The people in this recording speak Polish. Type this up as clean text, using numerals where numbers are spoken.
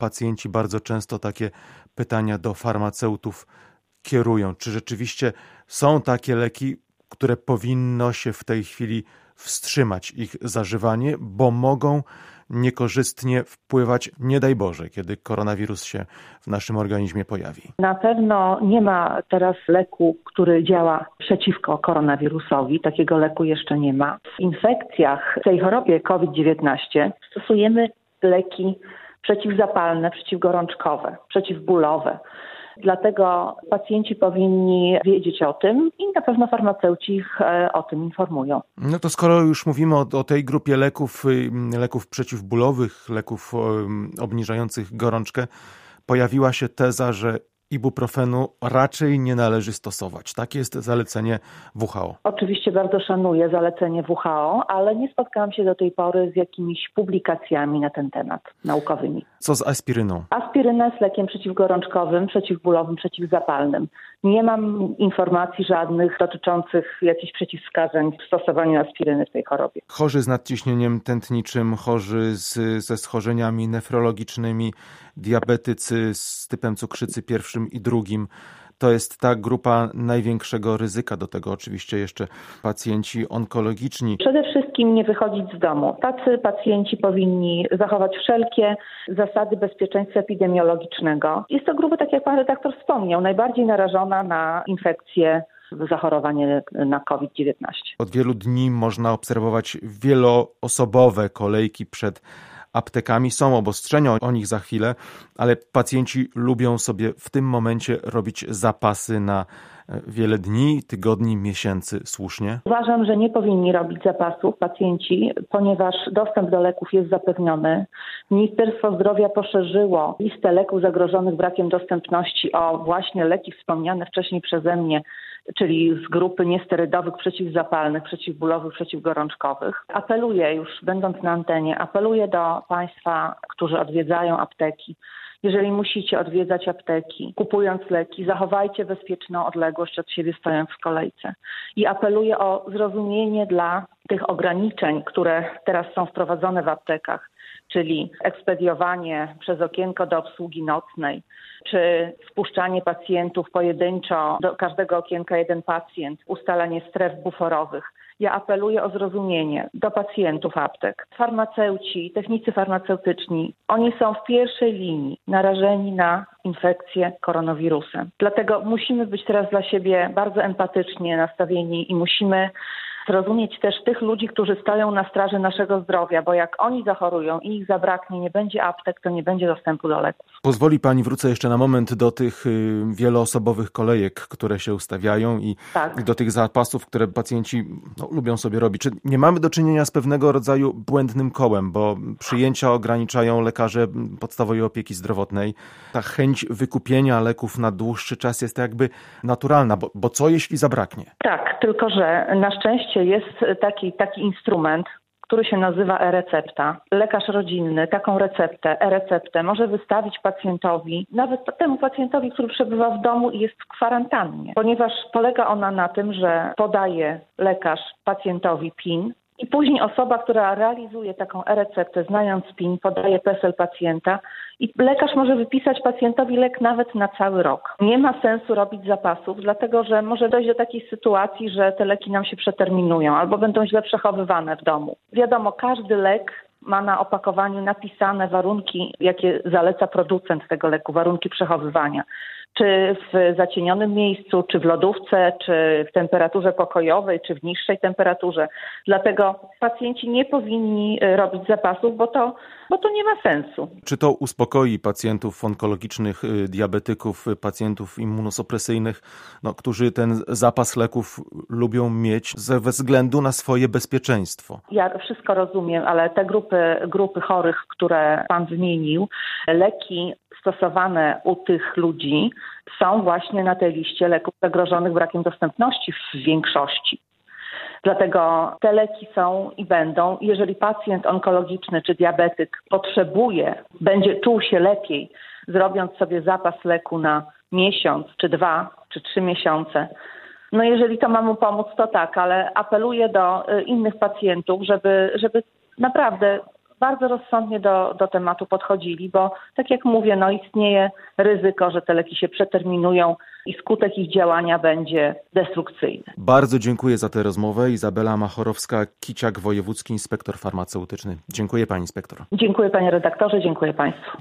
pacjenci bardzo często takie pytania do farmaceutów kierują. Czy rzeczywiście są takie leki, które powinno się w tej chwili wstrzymać ich zażywanie, bo mogą niekorzystnie wpływać, nie daj Boże, kiedy koronawirus się w naszym organizmie pojawi? Na pewno nie ma teraz leku, który działa przeciwko koronawirusowi. Takiego leku jeszcze nie ma. W infekcjach, w tej chorobie COVID-19 stosujemy leki przeciwzapalne, przeciwgorączkowe, przeciwbólowe. Dlatego pacjenci powinni wiedzieć o tym i na pewno farmaceuci ich o tym informują. No to skoro już mówimy o tej grupie leków przeciwbólowych, leków obniżających gorączkę, pojawiła się teza, że ibuprofenu raczej nie należy stosować. Takie jest zalecenie WHO. Oczywiście bardzo szanuję zalecenie WHO, ale nie spotkałam się do tej pory z jakimiś publikacjami na ten temat naukowymi. Co z aspiryną? Aspiryna jest lekiem przeciwgorączkowym, przeciwbólowym, przeciwzapalnym. Nie mam informacji żadnych dotyczących jakichś przeciwwskazań w stosowaniu aspiryny w tej chorobie. Chorzy z nadciśnieniem tętniczym, chorzy ze schorzeniami nefrologicznymi, diabetycy z typem cukrzycy pierwszym i drugim. To jest ta grupa największego ryzyka. Do tego oczywiście jeszcze pacjenci onkologiczni. Przede wszystkim nie wychodzić z domu. Tacy pacjenci powinni zachować wszelkie zasady bezpieczeństwa epidemiologicznego. Jest to grupa, tak jak pan redaktor wspomniał, najbardziej narażona na infekcje, zachorowanie na COVID-19. Od wielu dni można obserwować wieloosobowe kolejki przed aptekami. Są obostrzenia, o nich za chwilę, ale pacjenci lubią sobie w tym momencie robić zapasy na wiele dni, tygodni, miesięcy. Słusznie? Uważam, że nie powinni robić zapasów pacjenci, ponieważ dostęp do leków jest zapewniony. Ministerstwo Zdrowia poszerzyło listę leków zagrożonych brakiem dostępności o właśnie leki wspomniane wcześniej przeze mnie, czyli z grupy niesterydowych, przeciwzapalnych, przeciwbólowych, przeciwgorączkowych. Apeluję już, będąc na antenie, apeluję do Państwa, którzy odwiedzają apteki. Jeżeli musicie odwiedzać apteki, kupując leki, zachowajcie bezpieczną odległość od siebie, stojąc w kolejce. I apeluję o zrozumienie dla tych ograniczeń, które teraz są wprowadzone w aptekach, czyli ekspediowanie przez okienko do obsługi nocnej, czy wpuszczanie pacjentów pojedynczo, do każdego okienka jeden pacjent, ustalanie stref buforowych. Ja apeluję o zrozumienie do pacjentów aptek. Farmaceuci, technicy farmaceutyczni, oni są w pierwszej linii narażeni na infekcję koronawirusem. Dlatego musimy być teraz dla siebie bardzo empatycznie nastawieni i musimy zrozumieć też tych ludzi, którzy stoją na straży naszego zdrowia, bo jak oni zachorują i ich zabraknie, nie będzie aptek, to nie będzie dostępu do leków. Pozwoli pani, wrócę jeszcze na moment do tych wieloosobowych kolejek, które się ustawiają i do tych zapasów, które pacjenci lubią sobie robić. Czy nie mamy do czynienia z pewnego rodzaju błędnym kołem, bo przyjęcia ograniczają lekarze podstawowej opieki zdrowotnej. Ta chęć wykupienia leków na dłuższy czas jest jakby naturalna, bo co jeśli zabraknie? Tak, tylko że na szczęście jest taki instrument, który się nazywa e-recepta. Lekarz rodzinny taką receptę, e-receptę może wystawić pacjentowi, nawet temu pacjentowi, który przebywa w domu i jest w kwarantannie, ponieważ polega ona na tym, że podaje lekarz pacjentowi PIN i później osoba, która realizuje taką e-receptę, znając PIN, podaje PESEL pacjenta i lekarz może wypisać pacjentowi lek nawet na cały rok. Nie ma sensu robić zapasów, dlatego że może dojść do takiej sytuacji, że te leki nam się przeterminują albo będą źle przechowywane w domu. Wiadomo, każdy lek ma na opakowaniu napisane warunki, jakie zaleca producent tego leku, warunki przechowywania. Czy w zacienionym miejscu, czy w lodówce, czy w temperaturze pokojowej, czy w niższej temperaturze. Dlatego pacjenci nie powinni robić zapasów, bo to nie ma sensu. Czy to uspokoi pacjentów onkologicznych, diabetyków, pacjentów immunosupresyjnych, którzy ten zapas leków lubią mieć ze względu na swoje bezpieczeństwo? Ja wszystko rozumiem, ale te grupy chorych, które pan wymienił, leki stosowane u tych ludzi są właśnie na tej liście leków zagrożonych brakiem dostępności w większości. Dlatego te leki są i będą. Jeżeli pacjent onkologiczny czy diabetyk będzie czuł się lepiej, zrobiąc sobie zapas leku na miesiąc, czy 2, czy 3 miesiące, jeżeli to ma mu pomóc, to tak, ale apeluję do innych pacjentów, żeby naprawdę bardzo rozsądnie do tematu podchodzili, bo tak jak mówię, istnieje ryzyko, że te leki się przeterminują i skutek ich działania będzie destrukcyjny. Bardzo dziękuję za tę rozmowę. Izabela Machorowska-Kiciak, wojewódzki inspektor farmaceutyczny. Dziękuję pani inspektor. Dziękuję panie redaktorze, dziękuję państwu.